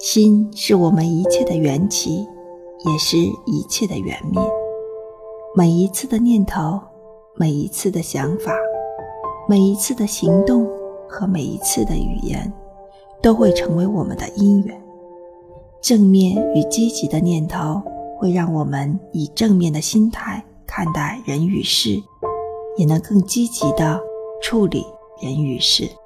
心是我们一切的缘起，也是一切的缘灭。每一次的念头，每一次的想法，每一次的行动和每一次的语言，都会成为我们的因缘。正面与积极的念头会让我们以正面的心态看待人与事，也能更积极地处理人与事。